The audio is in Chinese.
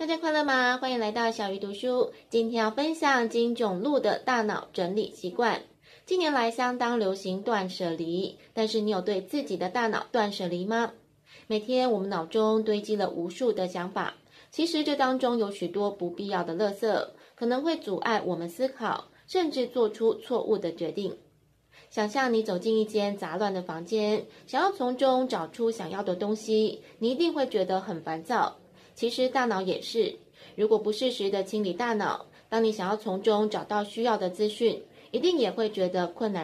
大家快乐吗？欢迎来到小鱼读书。今天要分享金炯祿的大脑整理习惯。近年来相当流行断舍离，但是你有对自己的大脑断舍离吗？每天我们脑中堆积了无数的想法，其实这当中有许多不必要的垃圾，可能会阻碍我们思考，甚至做出错误的决定。想象你走进一间杂乱的房间，想要从中找出想要的东西，你一定会觉得很烦躁。其实大脑也是，如果不适时的清理大脑，当你想要从中找到需要的资讯，一定也会觉得困难